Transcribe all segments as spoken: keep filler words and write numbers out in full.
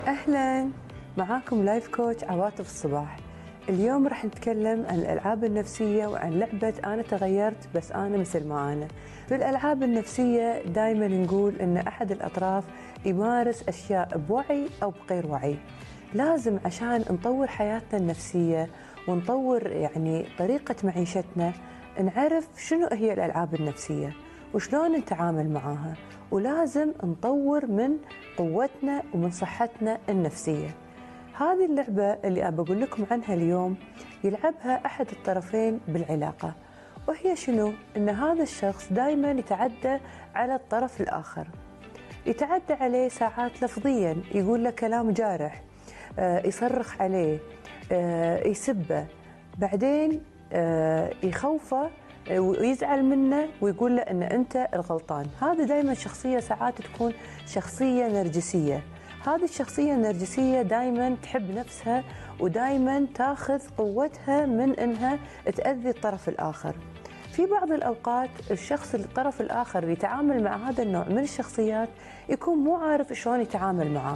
أهلاً، معاكم لايف كوتش عواطف الصباح. اليوم راح نتكلم عن الألعاب النفسية وعن لعبة أنا تغيرت بس أنا مثل ما أنا. في الألعاب النفسية دايماً نقول إن أحد الأطراف يمارس أشياء بوعي أو بغير وعي. لازم عشان نطور حياتنا النفسية ونطور يعني طريقة معيشتنا نعرف شنو هي الألعاب النفسية وشلون نتعامل معاها، ولازم نطور من قوتنا ومن صحتنا النفسية. هذه اللعبة اللي أبى أقول لكم عنها اليوم يلعبها أحد الطرفين بالعلاقة، وهي شنو؟ إن هذا الشخص دايما يتعدى على الطرف الآخر، يتعدى عليه ساعات لفظيا، يقول له كلام جارح، آه، يصرخ عليه، آه، يسبه، بعدين آه، يخوفه ويزعل منه ويقول له ان انت الغلطان. هذا دائما شخصيه ساعات تكون شخصيه نرجسيه. هذه الشخصيه النرجسيه دائما تحب نفسها ودائما تاخذ قوتها من انها تاذي الطرف الاخر. في بعض الاوقات الشخص الطرف الاخر اللي يتعامل مع هذا النوع من الشخصيات يكون مو عارف شلون يتعامل معه،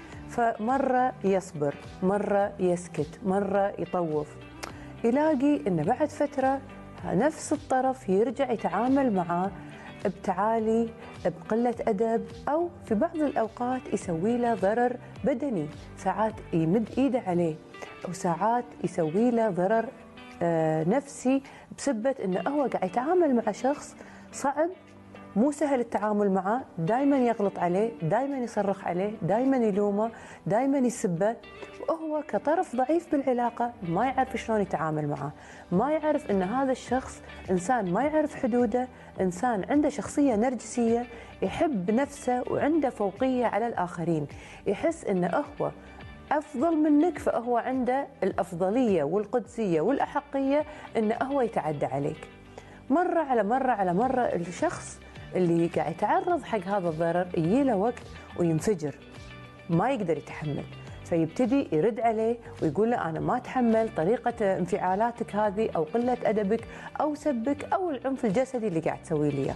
فمره يصبر، مره يسكت، مره يطوف، يلاقي ان بعد فتره نفس الطرف يرجع يتعامل معه بتعالي، بقلة أدب، أو في بعض الأوقات يسوي له ضرر بدني، ساعات يمد إيده عليه، أو ساعات يسوي له ضرر آه نفسي بسبة أنه هو قاعد يتعامل مع شخص صعب، مو سهل التعامل معه، دائما يغلط عليه، دائما يصرخ عليه، دائما يلومه، دائما يسبه، وهو كطرف ضعيف بالعلاقة ما يعرف شلون يتعامل معه، ما يعرف ان هذا الشخص انسان ما يعرف حدوده، انسان عنده شخصية نرجسية، يحب نفسه وعنده فوقية على الآخرين، يحس انه هو أفضل منك، فهو عنده الأفضلية والقدسية والأحقية انه هو يتعدى عليك. مرة على مرة على مرة الشخص اللي قاعد يتعرض حق هذا الضرر يجي له وقت وينفجر، ما يقدر يتحمل، فيبتدي يرد عليه ويقول له أنا ما أتحمل طريقة انفعالاتك هذه، أو قلة أدبك، أو سبك، أو العنف الجسدي اللي قاعد تسوي لي إياه.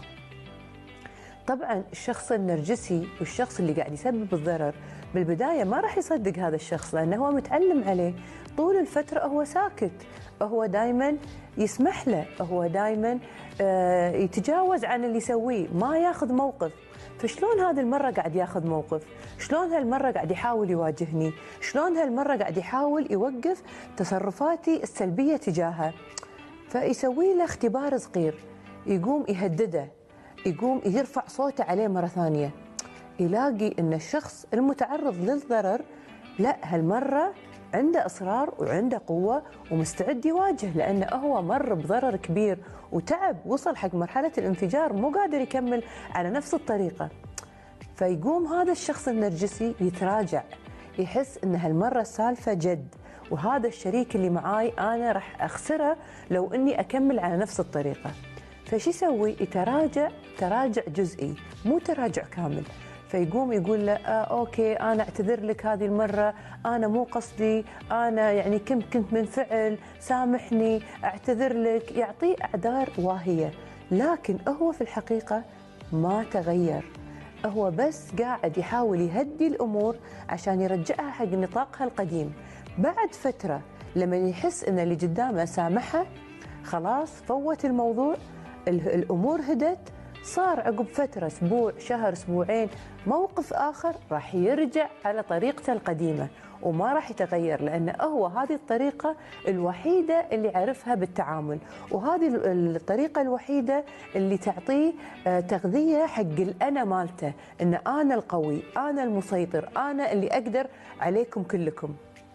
طبعا الشخص النرجسي والشخص اللي قاعد يسبب الضرر بالبداية ما راح يصدق هذا الشخص، لأنه هو متعلم عليه طول الفترة، هو ساكت، هو دائما يسمح له، هو دائما يتجاوز عن اللي يسويه، ما ياخذ موقف. فشلون هذه المرة قاعد ياخذ موقف؟ شلون هالمرة قاعد يحاول يواجهني؟ شلون هالمرة قاعد يحاول يوقف تصرفاتي السلبية تجاهه؟ فيسوي له اختبار صغير، يقوم يهدده، يقوم يرفع صوته عليه مرة ثانية، يلاقي ان الشخص المتعرض للضرر لا هالمرة عنده إصرار وعنده قوة ومستعد يواجه، لأنه هو مر بضرر كبير وتعب، وصل حق مرحلة الانفجار، مو قادر يكمل على نفس الطريقة. فيقوم هذا الشخص النرجسي يتراجع، يحس ان هالمرة السالفة جد، وهذا الشريك اللي معاي أنا راح أخسره لو أني أكمل على نفس الطريقة. فش يسوي؟ يتراجع تراجع جزئي، مو تراجع كامل. فيقوم يقول له آه أوكي أنا أعتذر لك هذه المرة، أنا مو قصدي، أنا يعني كنت كنت منفعل، سامحني، أعتذر لك، يعطيه أعذار واهية، لكن هو في الحقيقة ما تغير، هو بس قاعد يحاول يهدي الأمور عشان يرجعها حق نطاقها القديم. بعد فترة لما يحس إن اللي قدامه سامحه، خلاص فوت الموضوع، الأمور هدت، صار عقب فترة أسبوع، شهر، أسبوعين، موقف آخر، راح يرجع على طريقته القديمة وما راح يتغير، لأنه هو هذه الطريقة الوحيدة اللي عرفها بالتعامل، وهذه الطريقة الوحيدة اللي تعطيه تغذية حق الأنا مالته، إن أنا القوي، أنا المسيطر، أنا اللي أقدر عليكم كلكم.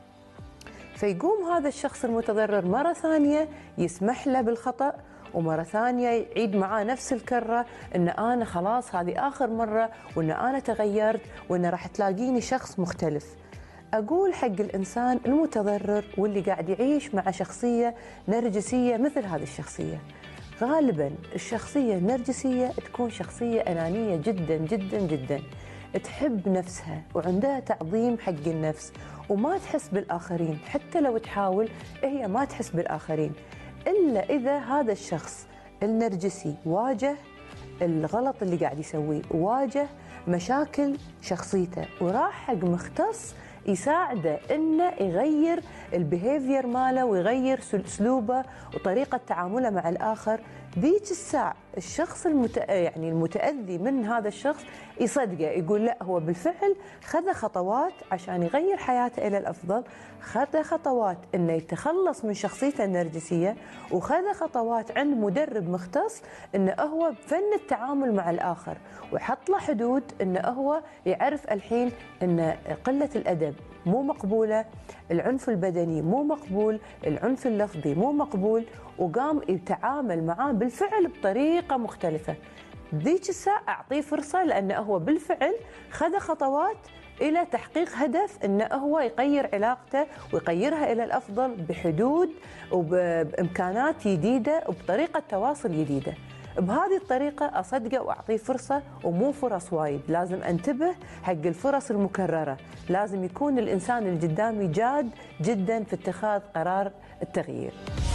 فيقوم هذا الشخص المتضرر مرة ثانية يسمح له بالخطأ، ومرة ثانية يعيد معاه نفس الكرة، إن أنا خلاص هذه آخر مرة، وإن أنا تغيرت، وإن راح تلاقيني شخص مختلف. أقول حق الإنسان المتضرر واللي قاعد يعيش مع شخصية نرجسية مثل هذه الشخصية، غالبا الشخصية النرجسية تكون شخصية أنانية جدا جدا جدا، تحب نفسها وعندها تعظيم حق النفس، وما تحس بالآخرين، حتى لو تحاول هي ما تحس بالآخرين، إلا إذا هذا الشخص النرجسي واجه الغلط اللي قاعد يسويه، واجه مشاكل شخصيته، وراح حق مختص يساعده انه يغير البيهيفير ماله ويغير اسلوبه وطريقه تعامله مع الاخر. ذيك الساعه الشخص المت... يعني المتاذي من هذا الشخص يصدقه، يقول لا هو بالفعل خذ خطوات عشان يغير حياته الى الافضل، خذ خطوات انه يتخلص من شخصيته النرجسيه، وخذ خطوات عند مدرب مختص انه هو بفن التعامل مع الاخر، وحط له حدود انه هو يعرف الحين ان قله الادب مو مقبوله، العنف البدني مو مقبول، العنف اللفظي مو مقبول، وقام يتعامل معاه بالفعل بطريقه مختلفه. ذيك الساعه اعطيه فرصه لانه هو بالفعل خذ خطوات الى تحقيق هدف انه هو يغير علاقته ويغيرها الى الافضل بحدود وبامكانات جديده وبطريقه تواصل جديده. بهذه الطريقة أصدقه وأعطيه فرصة، ومو فرص وايد، لازم أنتبه حق الفرص المكررة، لازم يكون الإنسان اللي قدامي جاد جدا في اتخاذ قرار التغيير.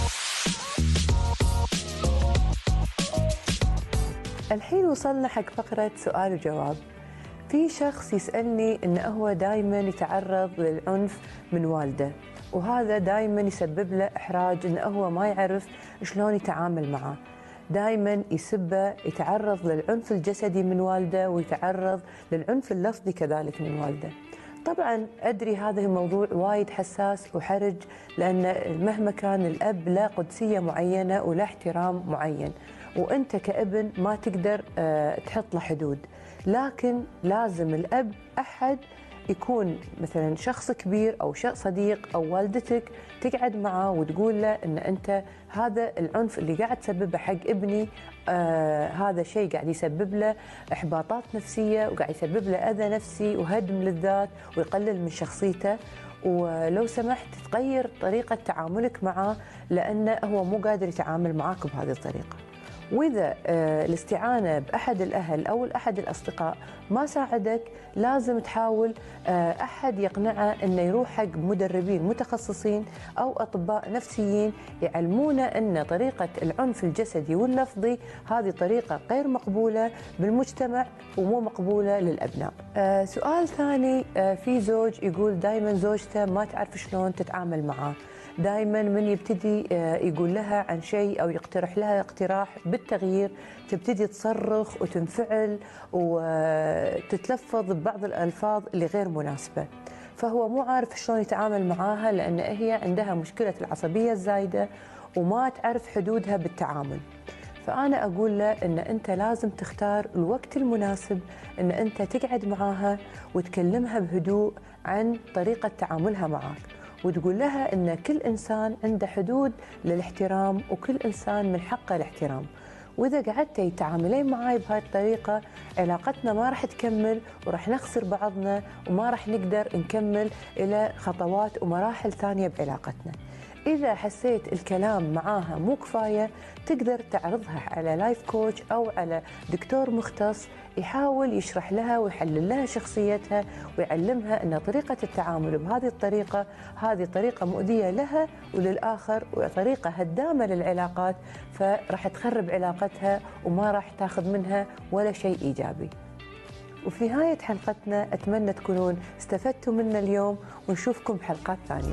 الحين وصلنا حق فقرة سؤال وجواب. في شخص يسألني إنه هو دائما يتعرض للعنف من والده، وهذا دائما يسبب له إحراج، إنه هو ما يعرف شلون يتعامل معه. دائما يسبه، يتعرض للعنف الجسدي من والده، ويتعرض للعنف اللفظي كذلك من والده. طبعا أدري هذا الموضوع وايد حساس وحرج، لأن مهما كان الأب له قدسية معينة وله احترام معين، وأنت كابن ما تقدر تحط له حدود، لكن لازم الأب أحد يكون مثلا شخص كبير أو شخص صديق أو والدتك تقعد معه وتقول له أن أنت هذا العنف اللي قاعد تسببه حق ابني، آه هذا شيء قاعد يسبب له إحباطات نفسية، وقاعد يسبب له أذى نفسي وهدم للذات ويقلل من شخصيته، ولو سمحت تغير طريقة تعاملك معه لأنه هو مو قادر يتعامل معاك بهذه الطريقة. وإذا الاستعانة بأحد الأهل أو أحد الأصدقاء ما ساعدك، لازم تحاول أحد يقنعه أنه يروح حق مدربين متخصصين أو أطباء نفسيين يعلمونه أن طريقة العنف الجسدي واللفظي هذه طريقة غير مقبولة بالمجتمع ومو مقبولة للأبناء. سؤال ثاني، في زوج يقول دائما زوجته ما تعرف شلون تتعامل معاه، دائما من يبتدي يقول لها عن شيء أو يقترح لها اقتراح بالتغيير تبتدي تصرخ وتنفعل وتتلفظ ببعض الألفاظ اللي غير مناسبة، فهو مو عارف شلون يتعامل معاها لأن هي عندها مشكلة العصبية الزايدة وما تعرف حدودها بالتعامل. فأنا أقول له أن أنت لازم تختار الوقت المناسب أن أنت تقعد معاها وتكلمها بهدوء عن طريقة تعاملها معك، وتقول لها أن كل إنسان عنده حدود للاحترام وكل إنسان من حقه الاحترام، وإذا قعدتي تعاملين معاي بهاي الطريقة علاقتنا ما راح تكمل وراح نخسر بعضنا وما راح نقدر نكمل إلى خطوات ومراحل ثانية بعلاقتنا. إذا حسيت الكلام معاها مو كفاية تقدر تعرضها على لايف كوتش أو على دكتور مختص يحاول يشرح لها ويحلل لها شخصيتها ويعلمها أن طريقة التعامل بهذه الطريقة هذه طريقة مؤذية لها وللآخر وطريقة هدامة للعلاقات، فراح تخرب علاقتها وما راح تاخذ منها ولا شيء إيجابي. وفي نهاية حلقتنا أتمنى تكونون استفدتوا منا اليوم، ونشوفكم بحلقات ثانية.